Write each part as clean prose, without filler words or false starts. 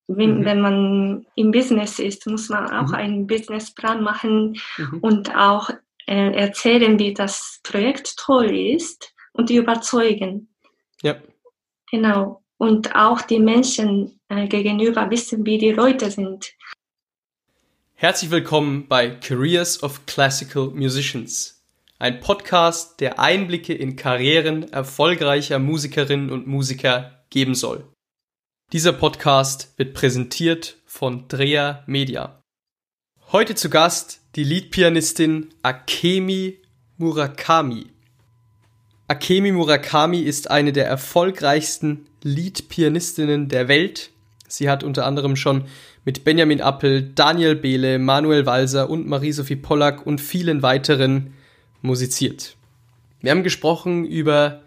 wenn man im Business ist, muss man auch einen Businessplan machen und auch erzählen, wie das Projekt toll ist und die überzeugen. Ja. Genau. Und auch die Menschen gegenüber wissen, wie die Leute sind. Herzlich willkommen bei Careers of Classical Musicians, ein Podcast, der Einblicke in Karrieren erfolgreicher Musikerinnen und Musiker geben soll. Dieser Podcast wird präsentiert von Drea Media. Heute zu Gast die Leadpianistin Akemi Murakami. Akemi Murakami ist eine der erfolgreichsten Leadpianistinnen der Welt. Sie hat unter anderem schon mit Benjamin Appel, Daniel Behle, Manuel Walser und Marie-Sophie Pollack und vielen weiteren musiziert. Wir haben gesprochen über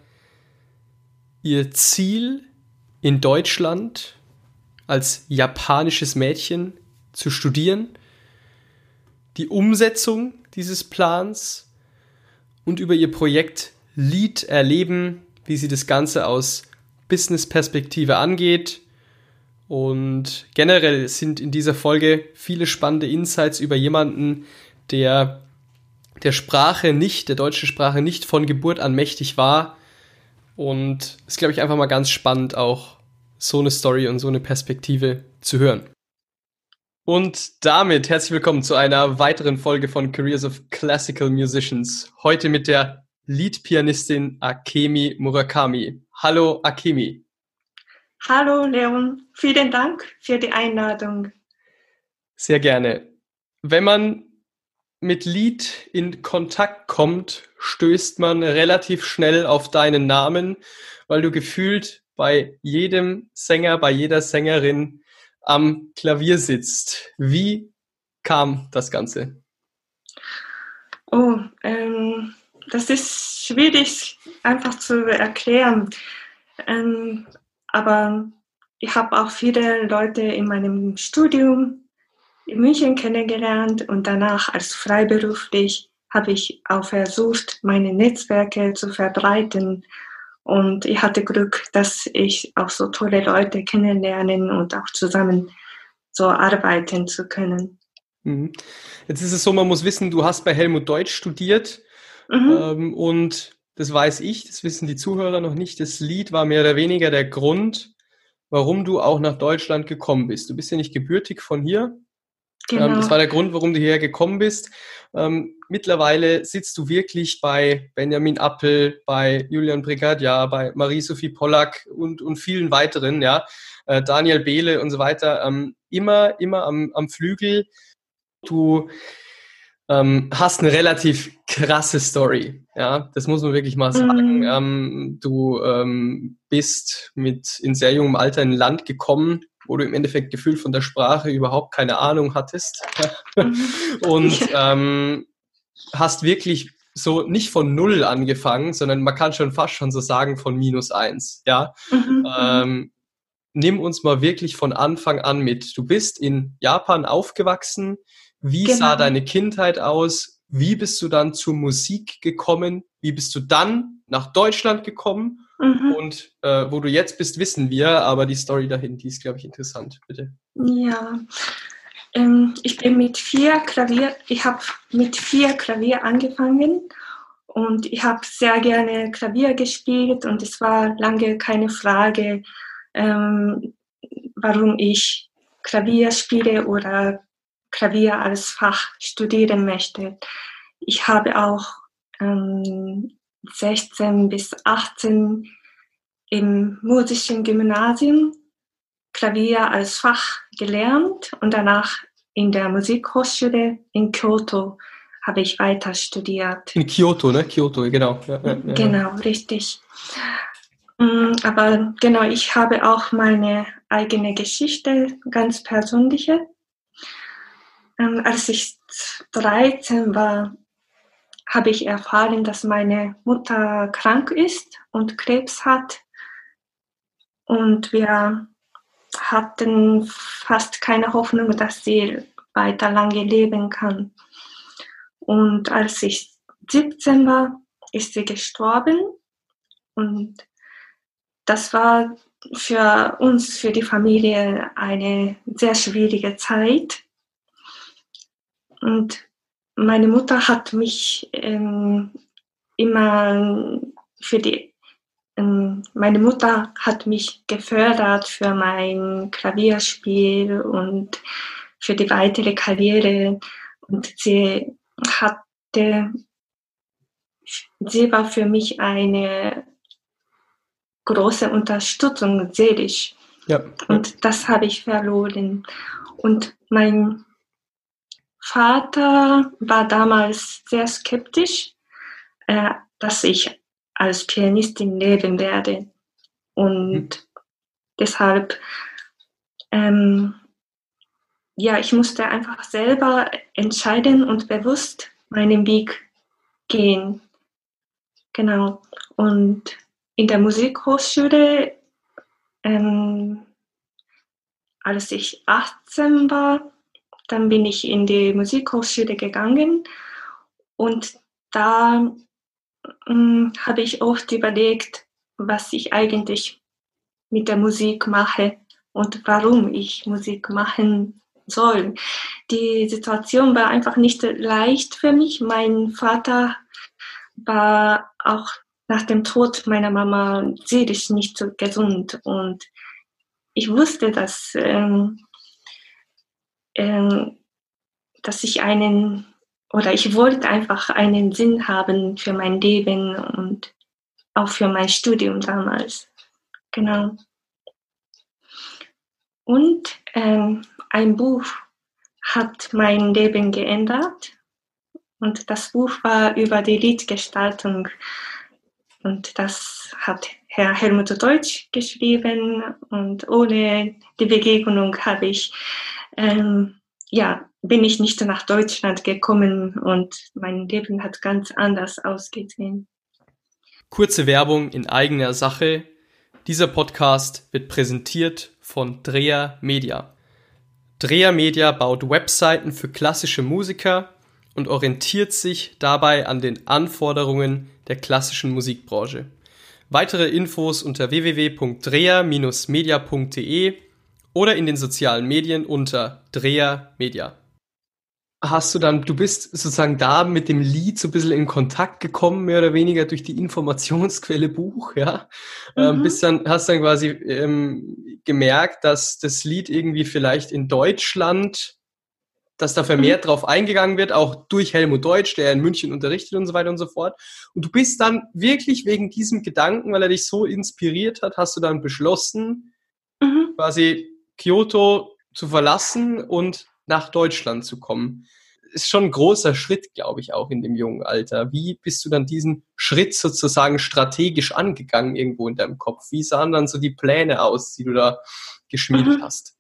ihr Ziel in Deutschland als japanisches Mädchen zu studieren, die Umsetzung dieses Plans und über ihr Projekt Lead erleben, wie sie das Ganze aus Business-Perspektive angeht. Und generell sind in dieser Folge viele spannende Insights über jemanden, der der deutschen Sprache nicht von Geburt an mächtig war. Und es ist, glaube ich, einfach mal ganz spannend, auch so eine Story und so eine Perspektive zu hören. Und damit herzlich willkommen zu einer weiteren Folge von Careers of Classical Musicians. Heute mit der Lead-Pianistin Akemi Murakami. Hallo Akemi. Hallo Leon, vielen Dank für die Einladung. Sehr gerne. Wenn man mit Lied in Kontakt kommt, stößt man relativ schnell auf deinen Namen, weil du gefühlt bei jedem Sänger, bei jeder Sängerin am Klavier sitzt. Wie kam das Ganze? Oh, das ist schwierig einfach zu erklären. Aber ich habe auch viele Leute in meinem Studium in München kennengelernt und danach als freiberuflich habe ich auch versucht, meine Netzwerke zu verbreiten. Und ich hatte Glück, dass ich auch so tolle Leute kennenlernen und auch zusammen so arbeiten zu können. Jetzt ist es so, man muss wissen, du hast bei Helmut Deutsch studiert und das weiß ich, das wissen die Zuhörer noch nicht. Das Lied war mehr oder weniger der Grund, warum du auch nach Deutschland gekommen bist. Du bist ja nicht gebürtig von hier. Genau. Das war der Grund, warum du hierher gekommen bist. Mittlerweile sitzt du wirklich bei Benjamin Appel, bei Julian Brigadier, bei Marie-Sophie Pollack und vielen weiteren, ja, Daniel Behle und so weiter, immer am Flügel. Du hast eine relativ krasse Story, ja, das muss man wirklich mal sagen. Du bist in sehr jungem Alter in ein Land gekommen, wo du im Endeffekt gefühlt von der Sprache überhaupt keine Ahnung hattest und hast wirklich so nicht von Null angefangen, sondern man kann schon fast schon so sagen von -1, ja. Nimm uns mal wirklich von Anfang an mit. Du bist in Japan aufgewachsen. Wie sah deine Kindheit aus? Wie bist du dann zur Musik gekommen? Wie bist du dann nach Deutschland gekommen? Und wo du jetzt bist, wissen wir, aber die Story dahin, die ist, glaube ich, interessant. Bitte. Ja, ich habe mit 4 Klavier angefangen und ich habe sehr gerne Klavier gespielt und es war lange keine Frage, warum ich Klavier spiele oder Klavier als Fach studieren möchte. Ich habe auch 16 bis 18 im musischen Gymnasium Klavier als Fach gelernt und danach in der Musikhochschule in Kyoto habe ich weiter studiert. In Kyoto, ne? Kyoto, genau. Ja. Genau, richtig. Aber genau, ich habe auch meine eigene Geschichte, ganz persönliche. Als ich 13 war, habe ich erfahren, dass meine Mutter krank ist und Krebs hat. Und wir hatten fast keine Hoffnung, dass sie weiter lange leben kann. Und als ich 17 war, ist sie gestorben. Und das war für uns, für die Familie eine sehr schwierige Zeit. Und meine Mutter hat mich immer meine Mutter hat mich gefördert für mein Klavierspiel und für die weitere Karriere. Und sie war für mich eine große Unterstützung seelisch. Ja. Und das habe ich verloren. Und mein Vater war damals sehr skeptisch, dass ich als Pianistin leben werde. Und deshalb, ich musste einfach selber entscheiden und bewusst meinen Weg gehen. Genau. Und in der Musikhochschule, als ich 18 war, dann bin ich in die Musikhochschule gegangen und da habe ich oft überlegt, was ich eigentlich mit der Musik mache und warum ich Musik machen soll. Die Situation war einfach nicht leicht für mich. Mein Vater war auch nach dem Tod meiner Mama seelisch nicht so gesund und ich wusste, dass ich ich wollte einfach einen Sinn haben für mein Leben und auch für mein Studium damals. Genau. Und ein Buch hat mein Leben geändert. Und das Buch war über die Liedgestaltung. Und das hat Herr Helmut Deutsch geschrieben. Und ohne die Begegnung bin ich nicht nach Deutschland gekommen und mein Leben hat ganz anders ausgesehen. Kurze Werbung in eigener Sache. Dieser Podcast wird präsentiert von Dreher Media. Dreher Media baut Webseiten für klassische Musiker und orientiert sich dabei an den Anforderungen der klassischen Musikbranche. Weitere Infos unter www.dreher-media.de oder in den sozialen Medien unter Dreher Media. Du bist sozusagen da mit dem Lied so ein bisschen in Kontakt gekommen, mehr oder weniger durch die Informationsquelle Buch, ja. Hast dann quasi gemerkt, dass das Lied irgendwie vielleicht in Deutschland, dass da vermehrt drauf eingegangen wird, auch durch Helmut Deutsch, der in München unterrichtet und so weiter und so fort. Und du bist dann wirklich wegen diesem Gedanken, weil er dich so inspiriert hat, hast du dann beschlossen, quasi Kyoto zu verlassen und nach Deutschland zu kommen. Ist schon ein großer Schritt, glaube ich, auch in dem jungen Alter. Wie bist du dann diesen Schritt sozusagen strategisch angegangen irgendwo in deinem Kopf? Wie sahen dann so die Pläne aus, die du da geschmiedet hast?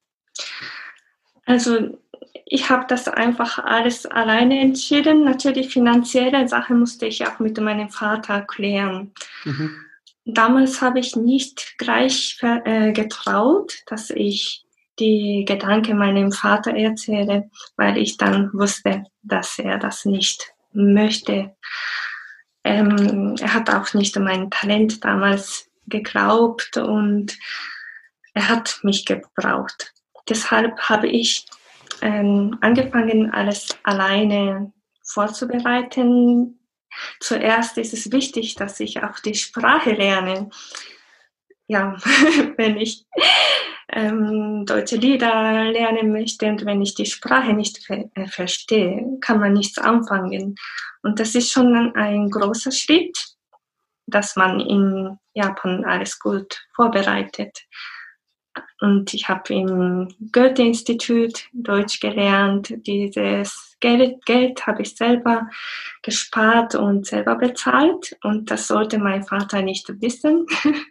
Also ich habe das einfach alles alleine entschieden. Natürlich finanzielle Sachen musste ich auch mit meinem Vater klären. Damals habe ich nicht gleich getraut, dass ich die Gedanken meinem Vater erzähle, weil ich dann wusste, dass er das nicht möchte. Er hat auch nicht an mein Talent damals geglaubt und er hat mich gebraucht. Deshalb habe ich angefangen, alles alleine vorzubereiten. Zuerst ist es wichtig, dass ich auch die Sprache lerne. Ja, wenn ich deutsche Lieder lernen möchte und wenn ich die Sprache nicht verstehe, kann man nichts anfangen. Und das ist schon ein großer Schritt, dass man in Japan alles gut vorbereitet. Und ich habe im Goethe-Institut Deutsch gelernt. Dieses Geld habe ich selber gespart und selber bezahlt. Und das sollte mein Vater nicht wissen.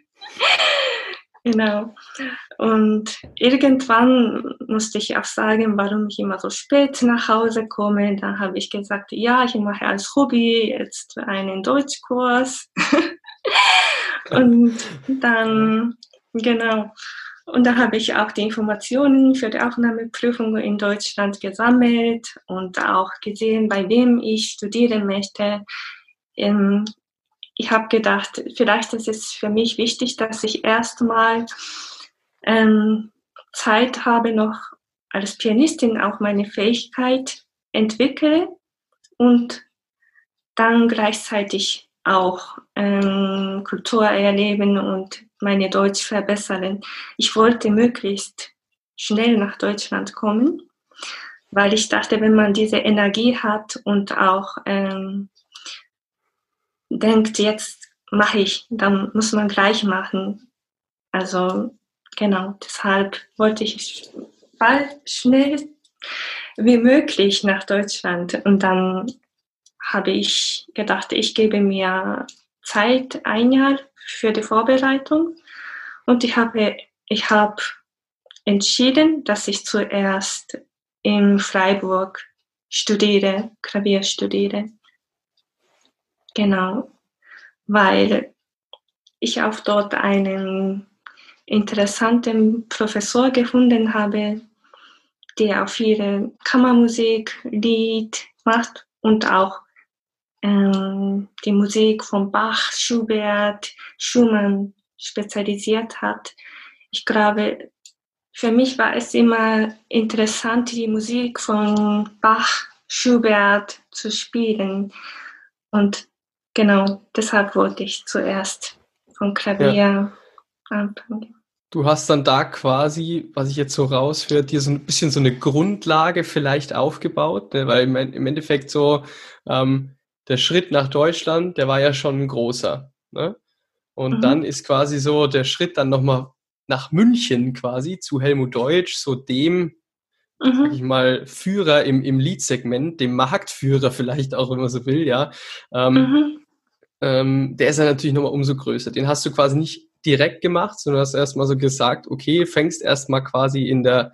Genau. Und irgendwann musste ich auch sagen, warum ich immer so spät nach Hause komme. Dann habe ich gesagt, ja, ich mache als Hobby jetzt einen Deutschkurs. Und dann, genau. Und da habe ich auch die Informationen für die Aufnahmeprüfung in Deutschland gesammelt und auch gesehen, bei wem ich studieren möchte. ich habe gedacht, vielleicht ist es für mich wichtig, dass ich erstmal Zeit habe, noch als Pianistin auch meine Fähigkeit entwickle und dann gleichzeitig auch Kultur erleben und meine Deutsch verbessern. Ich wollte möglichst schnell nach Deutschland kommen, weil ich dachte, wenn man diese Energie hat und auch denkt, jetzt mache ich, dann muss man gleich machen. Also genau, deshalb wollte ich bald schnell wie möglich nach Deutschland. Und dann habe ich gedacht, ich gebe mir Zeit, 1 Jahr für die Vorbereitung. Und ich habe entschieden, dass ich zuerst in Freiburg studiere, Klavier studiere. Genau, weil ich auch dort einen interessanten Professor gefunden habe, der auf ihre Kammermusik, Lied macht und auch die Musik von Bach, Schubert, Schumann spezialisiert hat. Ich glaube, für mich war es immer interessant, die Musik von Bach, Schubert zu spielen. Und genau, deshalb wollte ich zuerst vom Klavier anfangen. Du hast dann da quasi, was ich jetzt so raushöre, dir so ein bisschen so eine Grundlage vielleicht aufgebaut, ne? Weil im Endeffekt so der Schritt nach Deutschland, der war ja schon ein großer, ne? Und dann ist quasi so der Schritt dann nochmal nach München quasi zu Helmut Deutsch, so dem, sag ich mal, Führer im Liedsegment, dem Marktführer vielleicht auch, wenn man so will, ja. Der ist ja natürlich nochmal umso größer. Den hast du quasi nicht direkt gemacht, sondern hast erstmal so gesagt, okay, fängst erstmal quasi in der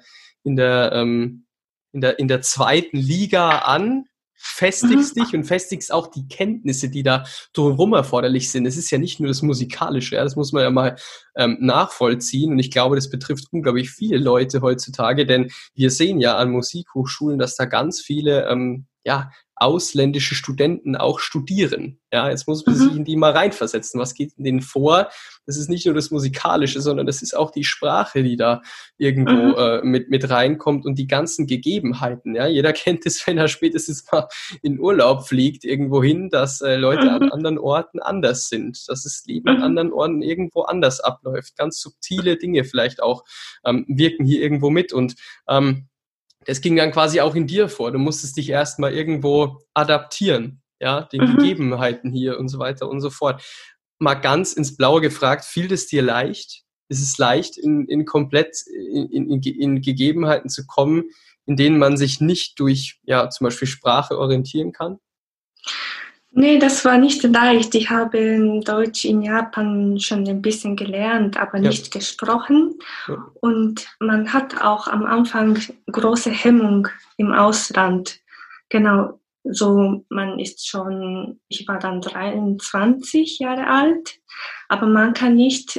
zweiten Liga an, festigst dich und festigst auch die Kenntnisse, die da drumherum erforderlich sind. Es ist ja nicht nur das Musikalische, ja, das muss man ja mal nachvollziehen. Und ich glaube, das betrifft unglaublich viele Leute heutzutage, denn wir sehen ja an Musikhochschulen, dass da ganz viele ausländische Studenten auch studieren. Ja, jetzt muss man sich in die mal reinversetzen. Was geht in denen vor? Das ist nicht nur das Musikalische, sondern das ist auch die Sprache, die da irgendwo mit reinkommt und die ganzen Gegebenheiten. Ja, jeder kennt es, wenn er spätestens mal in Urlaub fliegt, irgendwo hin, dass Leute an anderen Orten anders sind, dass das Leben an anderen Orten irgendwo anders abläuft. Ganz subtile Dinge vielleicht auch wirken hier irgendwo mit und es ging dann quasi auch in dir vor. Du musstest dich erstmal irgendwo adaptieren, ja, den Gegebenheiten hier und so weiter und so fort. Mal ganz ins Blaue gefragt, fiel es dir leicht? Ist es leicht, in Gegebenheiten zu kommen, in denen man sich nicht durch, ja, zum Beispiel Sprache orientieren kann? Nee, das war nicht leicht. Ich habe Deutsch in Japan schon ein bisschen gelernt, aber nicht gesprochen. Ja. Und man hat auch am Anfang große Hemmung im Ausland. Genau, so man ist schon, ich war dann 23 Jahre alt, aber man kann nicht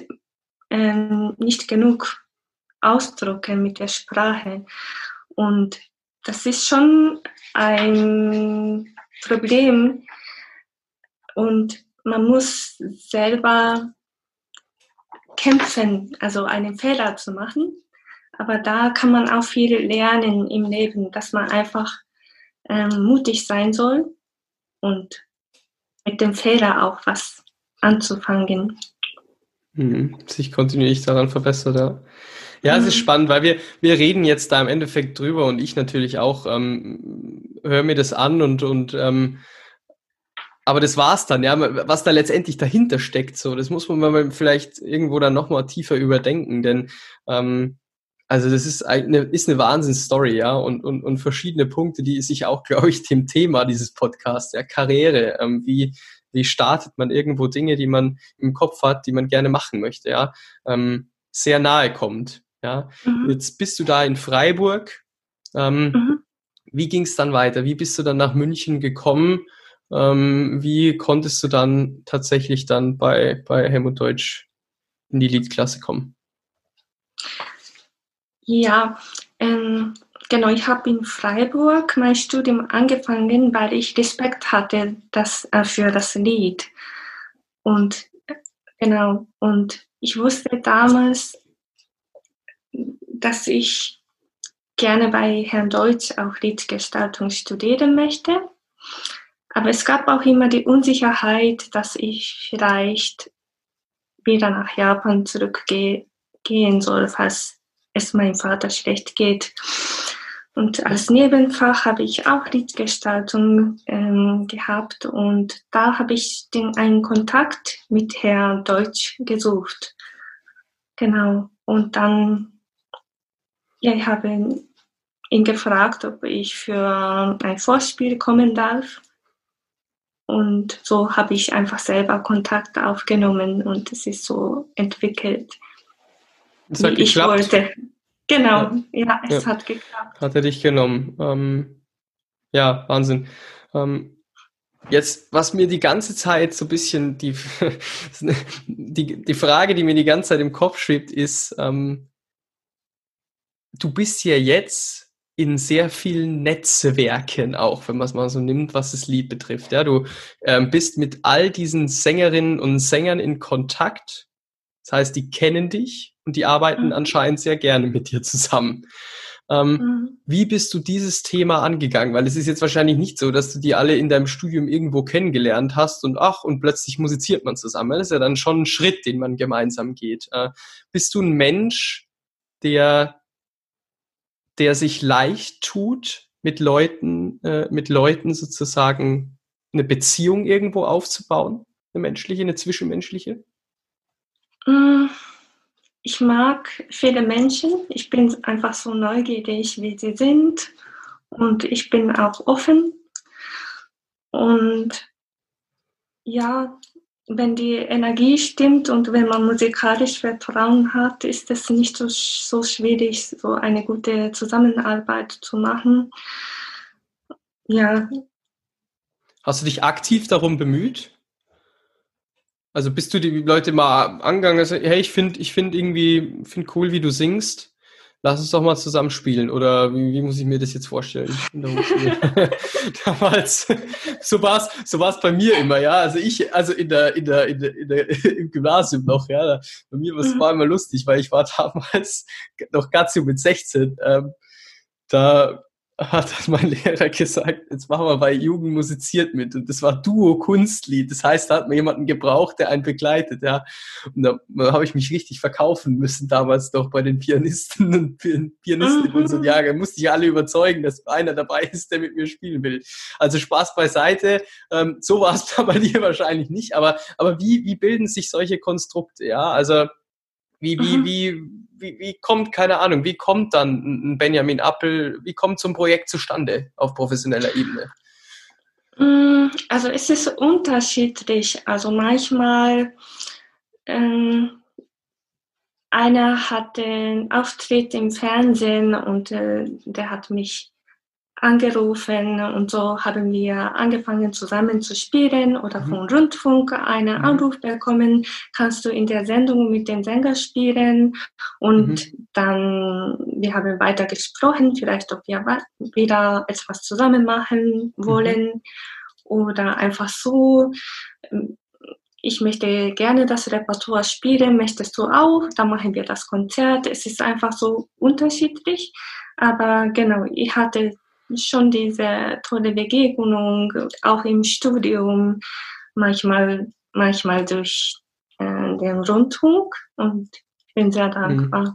genug ausdrücken mit der Sprache. Und das ist schon ein Problem. Und man muss selber kämpfen, also einen Fehler zu machen. Aber da kann man auch viel lernen im Leben, dass man einfach mutig sein soll und mit dem Fehler auch was anzufangen. Sich kontinuierlich daran verbessert, ja. Ja, es ist spannend, weil wir reden jetzt da im Endeffekt drüber und ich natürlich auch höre mir das an und aber das war's dann, ja, was da letztendlich dahinter steckt, so, das muss man mal vielleicht irgendwo dann nochmal tiefer überdenken, denn also das ist eine Wahnsinnsstory, ja, und verschiedene Punkte, die sich auch, glaube ich, dem Thema dieses Podcasts, ja, Karriere, wie startet man irgendwo Dinge, die man im Kopf hat, die man gerne machen möchte, ja, sehr nahe kommt, ja. Jetzt bist du da in Freiburg, wie ging's dann weiter? Wie bist du dann nach München gekommen? Wie konntest du dann tatsächlich dann bei Helmut Deutsch in die Liedklasse kommen? Ja, genau, ich habe in Freiburg mein Studium angefangen, weil ich Respekt hatte für das Lied. Und genau, und ich wusste damals, dass ich gerne bei Herrn Deutsch auch Liedgestaltung studieren möchte. Aber es gab auch immer die Unsicherheit, dass ich vielleicht wieder nach Japan zurückgehen soll, falls es meinem Vater schlecht geht. Und als Nebenfach habe ich auch Liedgestaltung gehabt und da habe ich einen Kontakt mit Herrn Deutsch gesucht. Genau. Und dann, ja, ich habe ihn gefragt, ob ich für ein Vorspiel kommen darf. Und so habe ich einfach selber Kontakt aufgenommen und es ist so entwickelt, Es hat wie ich geklappt. wollte. Genau, ja, es hat geklappt. Hat er dich genommen. Ja, Wahnsinn. Jetzt, was mir die ganze Zeit so ein bisschen die Frage, die mir die ganze Zeit im Kopf schwebt, ist, du bist ja jetzt in sehr vielen Netzwerken auch, wenn man es mal so nimmt, was das Lied betrifft. Ja, du bist mit all diesen Sängerinnen und Sängern in Kontakt. Das heißt, die kennen dich und die arbeiten anscheinend sehr gerne mit dir zusammen. Wie bist du dieses Thema angegangen? Weil es ist jetzt wahrscheinlich nicht so, dass du die alle in deinem Studium irgendwo kennengelernt hast und plötzlich musiziert man zusammen. Das ist ja dann schon ein Schritt, den man gemeinsam geht. Bist du ein Mensch, der sich leicht tut, mit Leuten sozusagen eine Beziehung irgendwo aufzubauen? Eine menschliche, eine zwischenmenschliche? Ich mag viele Menschen. Ich bin einfach so neugierig, wie sie sind. Und ich bin auch offen. Und ja, wenn die Energie stimmt und wenn man musikalisch Vertrauen hat, ist es nicht so schwierig, so eine gute Zusammenarbeit zu machen. Ja. Hast du dich aktiv darum bemüht? Also bist du die Leute mal angegangen, also, hey, ich finde cool, wie du singst. Lass uns doch mal zusammen spielen. Oder wie muss ich mir das jetzt vorstellen in der Hochschule? Damals, so war's bei mir immer, ja. Also im Gymnasium noch, ja. Bei mir war immer lustig, weil ich war damals noch Gazio mit 16. Da hat mein Lehrer gesagt, jetzt machen wir bei Jugend musiziert mit. Und das war Duo-Kunstlied. Das heißt, da hat man jemanden gebraucht, der einen begleitet, ja. Und da habe ich mich richtig verkaufen müssen damals doch bei den Pianisten und Pianisten in unserem Jahrgang. Musste ich alle überzeugen, dass einer dabei ist, der mit mir spielen will. Also Spaß beiseite. So war es bei dir wahrscheinlich nicht. Aber wie bilden sich solche Konstrukte, ja? Also wie kommt, keine Ahnung, wie kommt dann ein Benjamin Appel, wie kommt so ein Projekt zustande auf professioneller Ebene? Also es ist unterschiedlich. Also manchmal einer hat den Auftritt im Fernsehen und der hat mich angerufen und so haben wir angefangen zusammen zu spielen oder vom Rundfunk einen Anruf bekommen, kannst du in der Sendung mit dem Sänger spielen und dann, wir haben weiter gesprochen, vielleicht ob wir wieder etwas zusammen machen wollen oder einfach so, ich möchte gerne das Repertoire spielen, möchtest du auch, dann machen wir das Konzert, es ist einfach so unterschiedlich, aber genau, ich hatte schon diese tolle Begegnung, auch im Studium, manchmal durch den Rundfunk und ich bin sehr dankbar.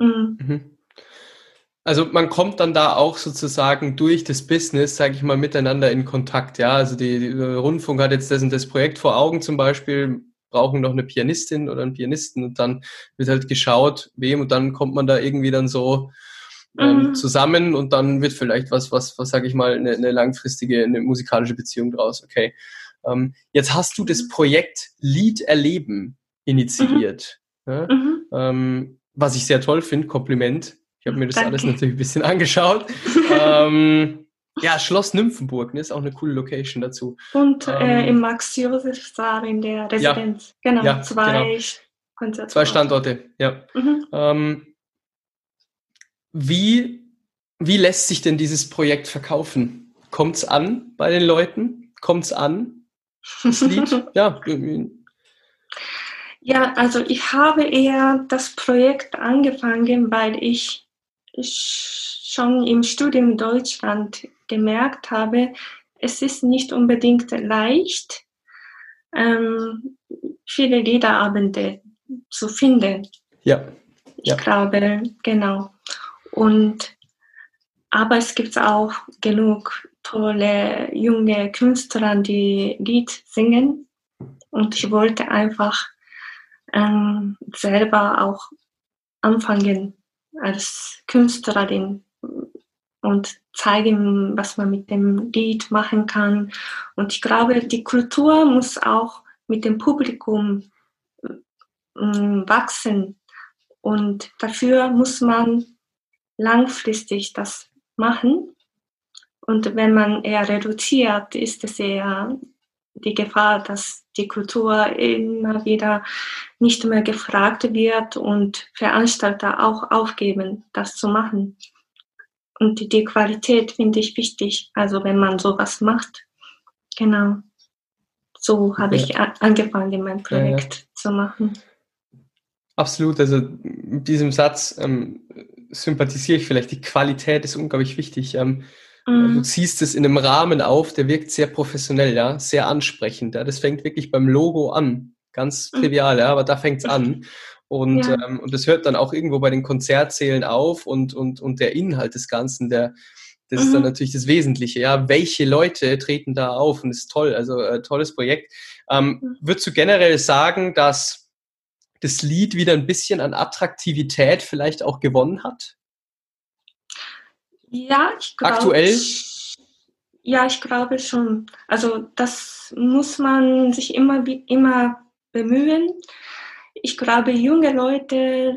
Also man kommt dann da auch sozusagen durch das Business, sage ich mal, miteinander in Kontakt. Ja, also der Rundfunk hat jetzt das und das Projekt vor Augen zum Beispiel, brauchen noch eine Pianistin oder einen Pianisten und dann wird halt geschaut, wem und dann kommt man da irgendwie dann so zusammen und dann wird vielleicht was sage ich mal, eine langfristige, eine musikalische Beziehung draus. Okay. Jetzt hast du das Projekt Lied erleben initiiert. Ja? Was ich sehr toll finde, Kompliment. Ich habe mir das alles natürlich ein bisschen angeschaut. Ja, Schloss Nymphenburg, ne, ist auch eine coole Location dazu. Und im Max-Josef-Saal in der Residenz. Ja, genau, ja, zwei Standorte, ja. Wie lässt sich denn dieses Projekt verkaufen? Kommt's an bei den Leuten? Kommt's an, das Lied? Ja. Ja, also ich habe eher das Projekt angefangen, weil ich schon im Studium in Deutschland gemerkt habe, es ist nicht unbedingt leicht, ähm, viele Liederabende zu finden. Ja. Ich glaube, genau. Aber es gibt auch genug tolle junge Künstler, die Lied singen. Und ich wollte einfach selber auch anfangen als Künstlerin und zeigen, was man mit dem Lied machen kann. Und ich glaube, die Kultur muss auch mit dem Publikum wachsen. Und dafür muss man langfristig das machen. Und wenn man eher reduziert, ist es eher die Gefahr, dass die Kultur immer wieder nicht mehr gefragt wird und Veranstalter auch aufgeben, das zu machen. Und die Qualität finde ich wichtig, also wenn man sowas macht. Genau. So habe ich angefangen, mein Projekt zu machen. Absolut, also mit diesem Satz sympathisiere ich vielleicht. Die Qualität ist unglaublich wichtig. Du ziehst es in einem Rahmen auf, der wirkt sehr professionell, ja, sehr ansprechend. Ja. Das fängt wirklich beim Logo an. Ganz trivial, ja, aber da fängt's an. Und das hört dann auch irgendwo bei den Konzertsälen auf und der Inhalt des Ganzen, das ist dann natürlich das Wesentliche, ja. Welche Leute treten da auf? Und das ist toll, also tolles Projekt. Würdest du generell sagen, dass das Lied wieder ein bisschen an Attraktivität vielleicht auch gewonnen hat? Ja, ich glaube. Aktuell? Ja, ich glaube schon. Also das muss man sich immer bemühen. Ich glaube, junge Leute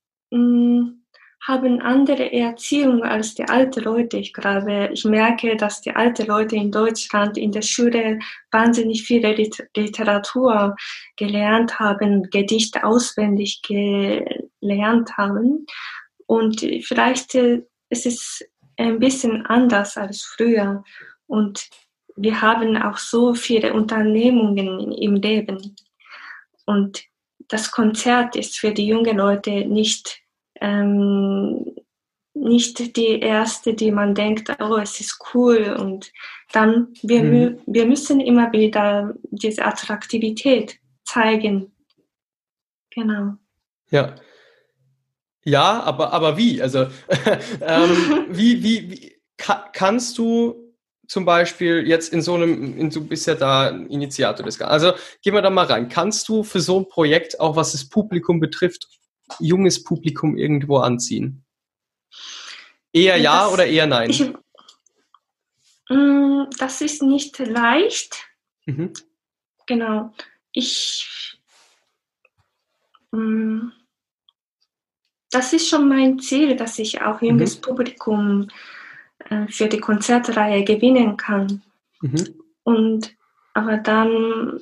haben andere Erziehung als die alten Leute. Ich merke, dass die alten Leute in Deutschland in der Schule wahnsinnig viele Literatur gelernt haben, Gedichte auswendig gelernt haben. Und vielleicht ist es ein bisschen anders als früher. Und wir haben auch so viele Unternehmungen im Leben. Und das Konzert ist für die jungen Leute nicht die erste, die man denkt, oh, es ist cool. Und dann, wir müssen immer wieder diese Attraktivität zeigen. Genau. Ja. Ja, aber wie? Also wie kannst du zum Beispiel jetzt du bist ja da Initiator des Ganzen. Also gehen wir da mal rein. Kannst du für so ein Projekt, auch was das Publikum betrifft, junges Publikum irgendwo anziehen? Eher ja oder eher nein? Das ist nicht leicht. Mhm. Genau. Das ist schon mein Ziel, dass ich auch junges Publikum für die Konzertreihe gewinnen kann. Aber dann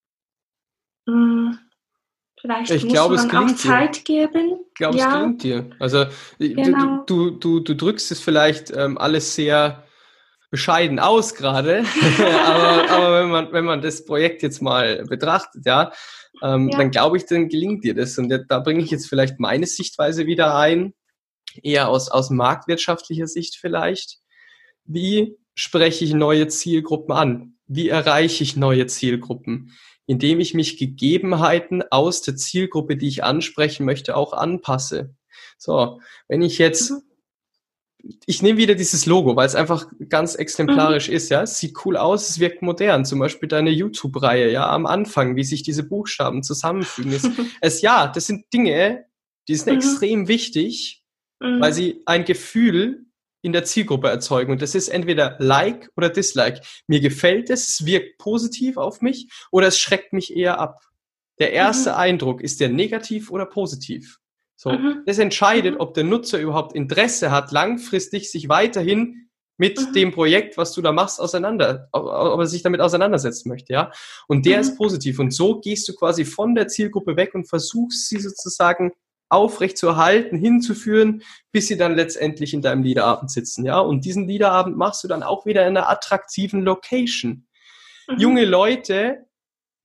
vielleicht muss man auch Zeit geben. Ich glaube, es gelingt dir. Also genau. du drückst es vielleicht alles sehr bescheiden aus gerade, aber wenn man das Projekt jetzt mal betrachtet, dann glaube ich, dann gelingt dir das. Und da bringe ich jetzt vielleicht meine Sichtweise wieder ein, eher aus marktwirtschaftlicher Sicht vielleicht. Wie spreche ich neue Zielgruppen an? Wie erreiche ich neue Zielgruppen? Indem ich mich Gegebenheiten aus der Zielgruppe, die ich ansprechen möchte, auch anpasse. So, wenn ich jetzt ich nehme wieder dieses Logo, weil es einfach ganz exemplarisch ist, ja. Es sieht cool aus, es wirkt modern. Zum Beispiel deine YouTube-Reihe, ja, am Anfang, wie sich diese Buchstaben zusammenfügen. Das sind Dinge, die sind extrem wichtig, weil sie ein Gefühl in der Zielgruppe erzeugen. Und das ist entweder Like oder Dislike. Mir gefällt es wirkt positiv auf mich oder es schreckt mich eher ab. Der erste Eindruck, ist der negativ oder positiv? So, das entscheidet, ob der Nutzer überhaupt Interesse hat, langfristig sich weiterhin mit dem Projekt, was du da machst, ob er sich damit auseinandersetzen möchte, ja. Und der ist positiv. Und so gehst du quasi von der Zielgruppe weg und versuchst sie sozusagen aufrecht zu erhalten, hinzuführen, bis sie dann letztendlich in deinem Liederabend sitzen, ja. Und diesen Liederabend machst du dann auch wieder in einer attraktiven Location. Junge Leute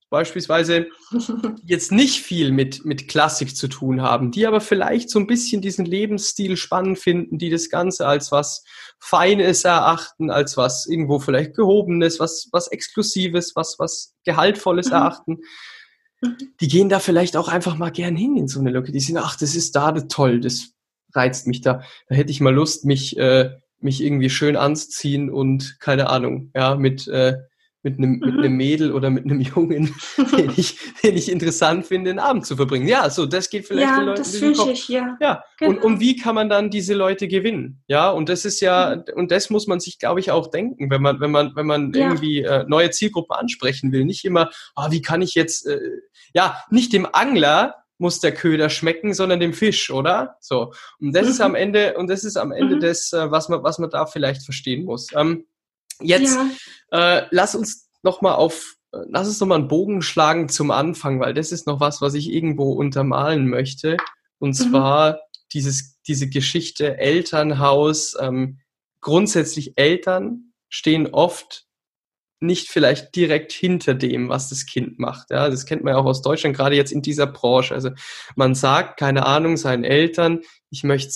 beispielsweise jetzt nicht viel mit Klassik zu tun haben, die aber vielleicht so ein bisschen diesen Lebensstil spannend finden, die das Ganze als was Feines erachten, als was irgendwo vielleicht Gehobenes, was Exklusives, was Gehaltvolles erachten. Die gehen da vielleicht auch einfach mal gern hin in so eine Lücke. Die sind, ach, das ist da toll, das reizt mich da. Da hätte ich mal Lust, mich irgendwie schön anzuziehen und keine Ahnung, ja, mit einem Mädel oder mit einem Jungen, den ich interessant finde, den Abend zu verbringen. Ja, so, das geht vielleicht den Leuten durch den Kopf. Ich, ja. Ja, Genau. und wie kann man dann diese Leute gewinnen? Ja, und das ist ja, und das muss man sich, glaube ich, auch denken, wenn man irgendwie neue Zielgruppen ansprechen will. Nicht immer, wie kann ich jetzt, nicht dem Angler muss der Köder schmecken, sondern dem Fisch, oder? So. Und das ist am Ende, das, was man da vielleicht verstehen muss. Lass uns noch mal einen Bogen schlagen zum Anfang, weil das ist noch was ich irgendwo untermalen möchte. Und zwar diese Geschichte Elternhaus. Grundsätzlich Eltern stehen oft nicht vielleicht direkt hinter dem, was das Kind macht. Ja, das kennt man ja auch aus Deutschland, gerade jetzt in dieser Branche. Also man sagt, keine Ahnung, seinen Eltern, ich möchte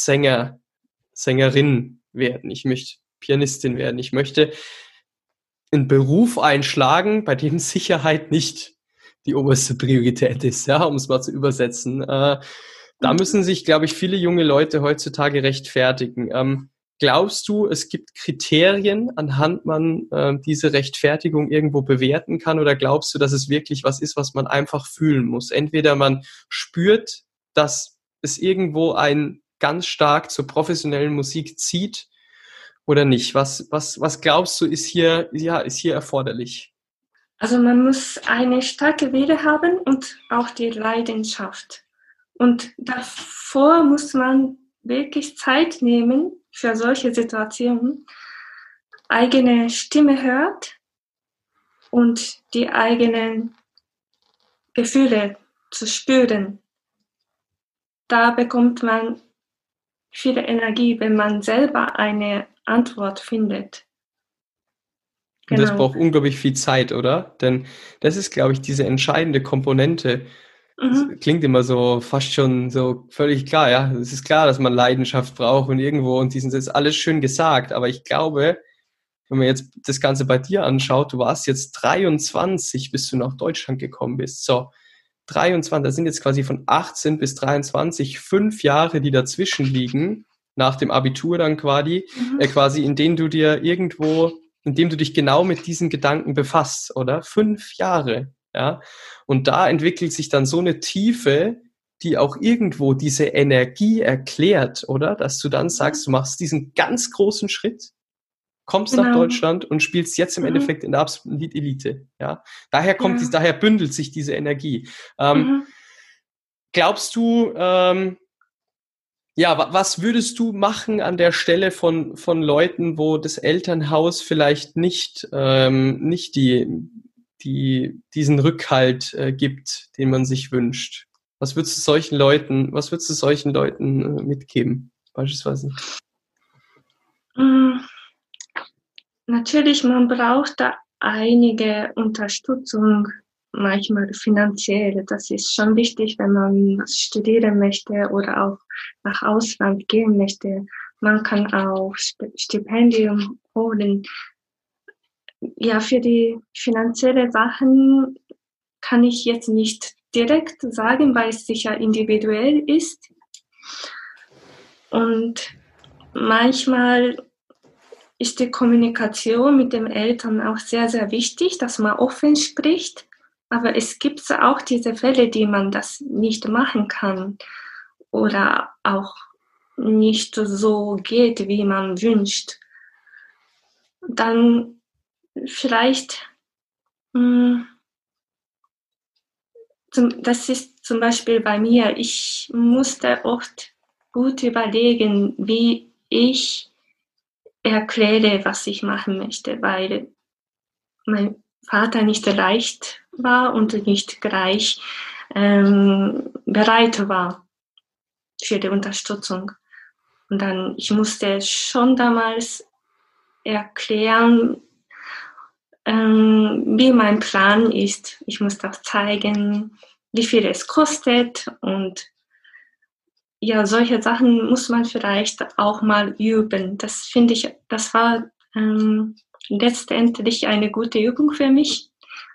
Sängerin werden, ich möchte Pianistin werden, ich möchte einen Beruf einschlagen, bei dem Sicherheit nicht die oberste Priorität ist, ja, um es mal zu übersetzen. Da müssen sich, glaube ich, viele junge Leute heutzutage rechtfertigen. Glaubst du, es gibt Kriterien, anhand man diese Rechtfertigung irgendwo bewerten kann, oder glaubst du, dass es wirklich was ist, was man einfach fühlen muss? Entweder man spürt, dass es irgendwo einen ganz stark zur professionellen Musik zieht, oder nicht? Was glaubst du, ist hier erforderlich? Also man muss eine starke Wille haben und auch die Leidenschaft. Und davor muss man wirklich Zeit nehmen für solche Situationen, eigene Stimme hört und die eigenen Gefühle zu spüren. Da bekommt man viel Energie, wenn man selber eine Antwort findet. Und das braucht unglaublich viel Zeit, oder? Denn das ist, glaube ich, diese entscheidende Komponente. Das klingt immer so fast schon so völlig klar, ja. Es ist klar, dass man Leidenschaft braucht und irgendwo, und das ist alles schön gesagt, aber ich glaube, wenn man jetzt das Ganze bei dir anschaut, du warst jetzt 23, bis du nach Deutschland gekommen bist. So, 23, das sind jetzt quasi von 18 bis 23 5 Jahre, die dazwischen liegen, nach dem Abitur dann quasi, in denen du dich genau mit diesen Gedanken befasst, oder? 5 Jahre, ja. Und da entwickelt sich dann so eine Tiefe, die auch irgendwo diese Energie erklärt, oder? Dass du dann sagst, du machst diesen ganz großen Schritt, kommst nach Deutschland und spielst jetzt im Endeffekt in der absoluten Elite, ja. Daher bündelt sich diese Energie. Glaubst du, was würdest du machen an der Stelle von Leuten, wo das Elternhaus vielleicht nicht diesen Rückhalt gibt, den man sich wünscht? Was würdest du solchen Leuten mitgeben, beispielsweise? Natürlich, man braucht da einige Unterstützung, manchmal finanziell. Das ist schon wichtig, wenn man studieren möchte oder auch nach Ausland gehen möchte. Man kann auch Stipendium holen. Ja, für die finanzielle Sachen kann ich jetzt nicht direkt sagen, weil es sicher individuell ist. Und manchmal ist die Kommunikation mit den Eltern auch sehr, sehr wichtig, dass man offen spricht. Aber es gibt auch diese Fälle, die man das nicht machen kann oder auch nicht so geht, wie man wünscht. Dann vielleicht, das ist zum Beispiel bei mir, ich musste oft gut überlegen, wie ich erkläre, was ich machen möchte, weil mein Vater nicht leicht war und nicht gleich bereit war für die Unterstützung. Und dann, ich musste schon damals erklären, wie mein Plan ist. Ich muss auch zeigen, wie viel es kostet und ja, solche Sachen muss man vielleicht auch mal üben. Das finde ich, das war letztendlich eine gute Übung für mich.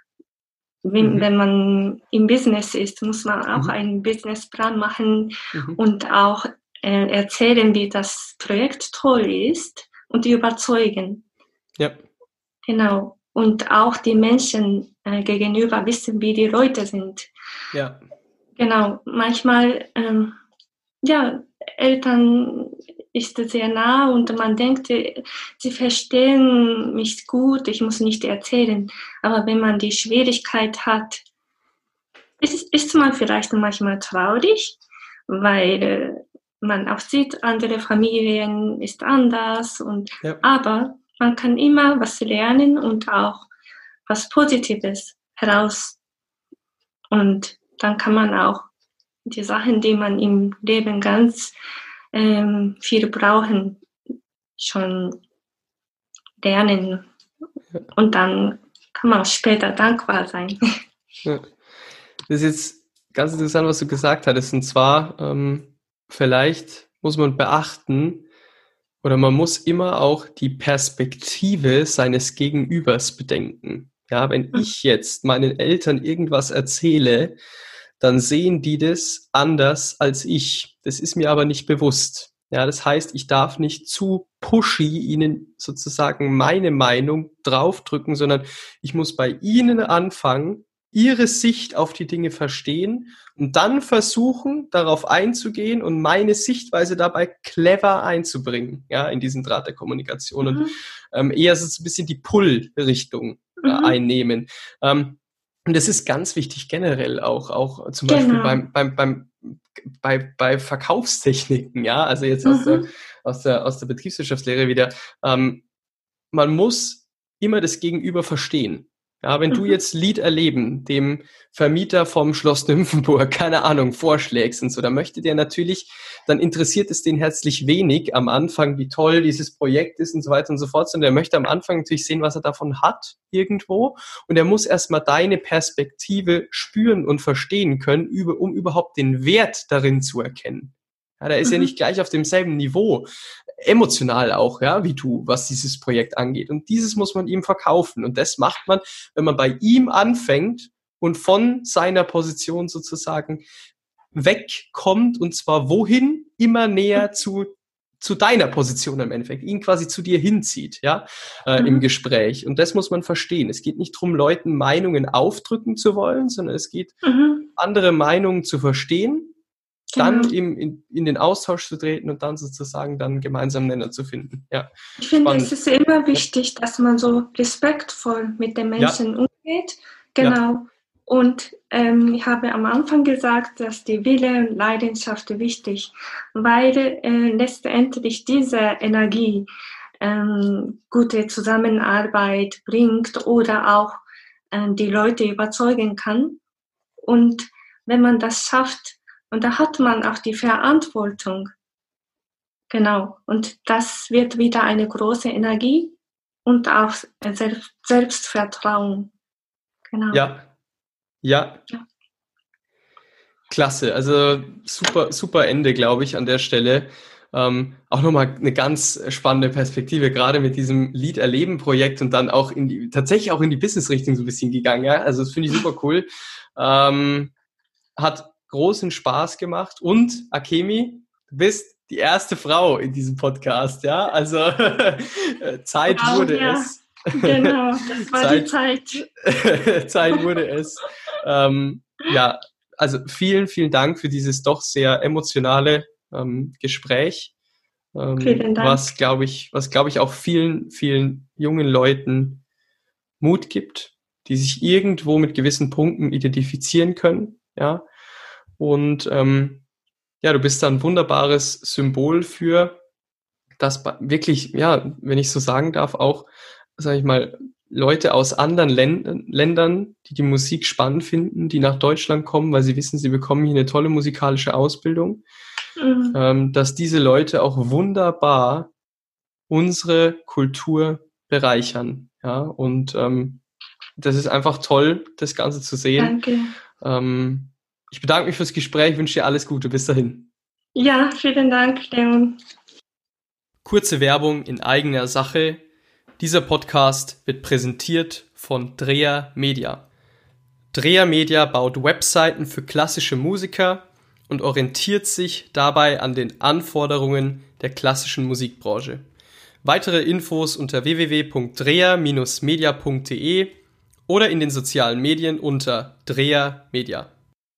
Wenn man im Business ist, muss man auch einen Businessplan machen und auch erzählen, wie das Projekt toll ist und die überzeugen. Ja. Genau. Und auch die Menschen gegenüber wissen, wie die Leute sind. Ja. Genau. Manchmal, ja, Eltern ist sehr nah und man denkt, sie verstehen mich gut, ich muss nicht erzählen. Aber wenn man die Schwierigkeit hat, ist man vielleicht manchmal traurig, weil man auch sieht, andere Familien ist anders. Aber man kann immer was lernen und auch was Positives heraus. Und dann kann man auch die Sachen, die man im Leben ganz viel brauchen, schon lernen. Und dann kann man auch später dankbar sein. Ja. Das ist jetzt ganz interessant, was du gesagt hattest. Und zwar, vielleicht muss man beachten, oder man muss immer auch die Perspektive seines Gegenübers bedenken. Ja, wenn ich jetzt meinen Eltern irgendwas erzähle, dann sehen die das anders als ich. Das ist mir aber nicht bewusst. Ja, das heißt, ich darf nicht zu pushy ihnen sozusagen meine Meinung draufdrücken, sondern ich muss bei ihnen anfangen, ihre Sicht auf die Dinge verstehen und dann versuchen, darauf einzugehen und meine Sichtweise dabei clever einzubringen, ja, in diesen Draht der Kommunikation und eher so ein bisschen die Pull-Richtung einnehmen. Und das ist ganz wichtig generell auch zum Beispiel bei Verkaufstechniken, ja, also jetzt aus der Betriebswirtschaftslehre wieder. Man muss immer das Gegenüber verstehen. Ja, wenn du jetzt Lied erleben, dem Vermieter vom Schloss Nymphenburg, keine Ahnung, vorschlägst und so, dann möchte der natürlich, dann interessiert es den herzlich wenig am Anfang, wie toll dieses Projekt ist und so weiter und so fort, sondern der möchte am Anfang natürlich sehen, was er davon hat irgendwo und er muss erstmal deine Perspektive spüren und verstehen können, um überhaupt den Wert darin zu erkennen. Ja, der ist ja nicht gleich auf demselben Niveau, emotional auch, ja, wie du, was dieses Projekt angeht. Und dieses muss man ihm verkaufen. Und das macht man, wenn man bei ihm anfängt und von seiner Position sozusagen wegkommt, und zwar wohin? Immer näher zu deiner Position im Endeffekt, ihn quasi zu dir hinzieht, ja, im Gespräch. Und das muss man verstehen. Es geht nicht darum, Leuten Meinungen aufdrücken zu wollen, sondern es geht, andere Meinungen zu verstehen, dann in den Austausch zu treten und dann sozusagen dann gemeinsam Nenner zu finden. Ja. Ich finde, es ist immer wichtig, dass man so respektvoll mit den Menschen umgeht. Genau. Ja. Und ich habe am Anfang gesagt, dass die Wille und Leidenschaft wichtig, weil letztendlich diese Energie gute Zusammenarbeit bringt oder auch die Leute überzeugen kann. Und wenn man das schafft, und da hat man auch die Verantwortung. Genau. Und das wird wieder eine große Energie und auch Selbstvertrauen. Genau. Ja. Klasse. Also super Ende, glaube ich, an der Stelle. Auch nochmal eine ganz spannende Perspektive, gerade mit diesem Lied-Erleben-Projekt und dann auch tatsächlich auch in die Business-Richtung so ein bisschen gegangen. Ja? Also das finde ich super cool. Hat großen Spaß gemacht und Akemi, du bist die erste Frau in diesem Podcast, ja, also Zeit wurde es. Genau, das war die Zeit. Zeit wurde es. Ja, also vielen Dank für dieses doch sehr emotionale Gespräch, Vielen Dank. was glaube ich auch vielen jungen Leuten Mut gibt, die sich irgendwo mit gewissen Punkten identifizieren können, ja. Und du bist da ein wunderbares Symbol für das wirklich, ja, wenn ich so sagen darf, auch, sage ich mal, Leute aus anderen Ländern, die Musik spannend finden, die nach Deutschland kommen, weil sie wissen, sie bekommen hier eine tolle musikalische Ausbildung, dass diese Leute auch wunderbar unsere Kultur bereichern. Ja, und das ist einfach toll, das Ganze zu sehen. Danke. Ich bedanke mich fürs Gespräch, wünsche dir alles Gute. Bis dahin. Ja, vielen Dank, Leon. Kurze Werbung in eigener Sache. Dieser Podcast wird präsentiert von Dreher Media. Dreher Media baut Webseiten für klassische Musiker und orientiert sich dabei an den Anforderungen der klassischen Musikbranche. Weitere Infos unter www.dreher-media.de oder in den sozialen Medien unter Dreher Media.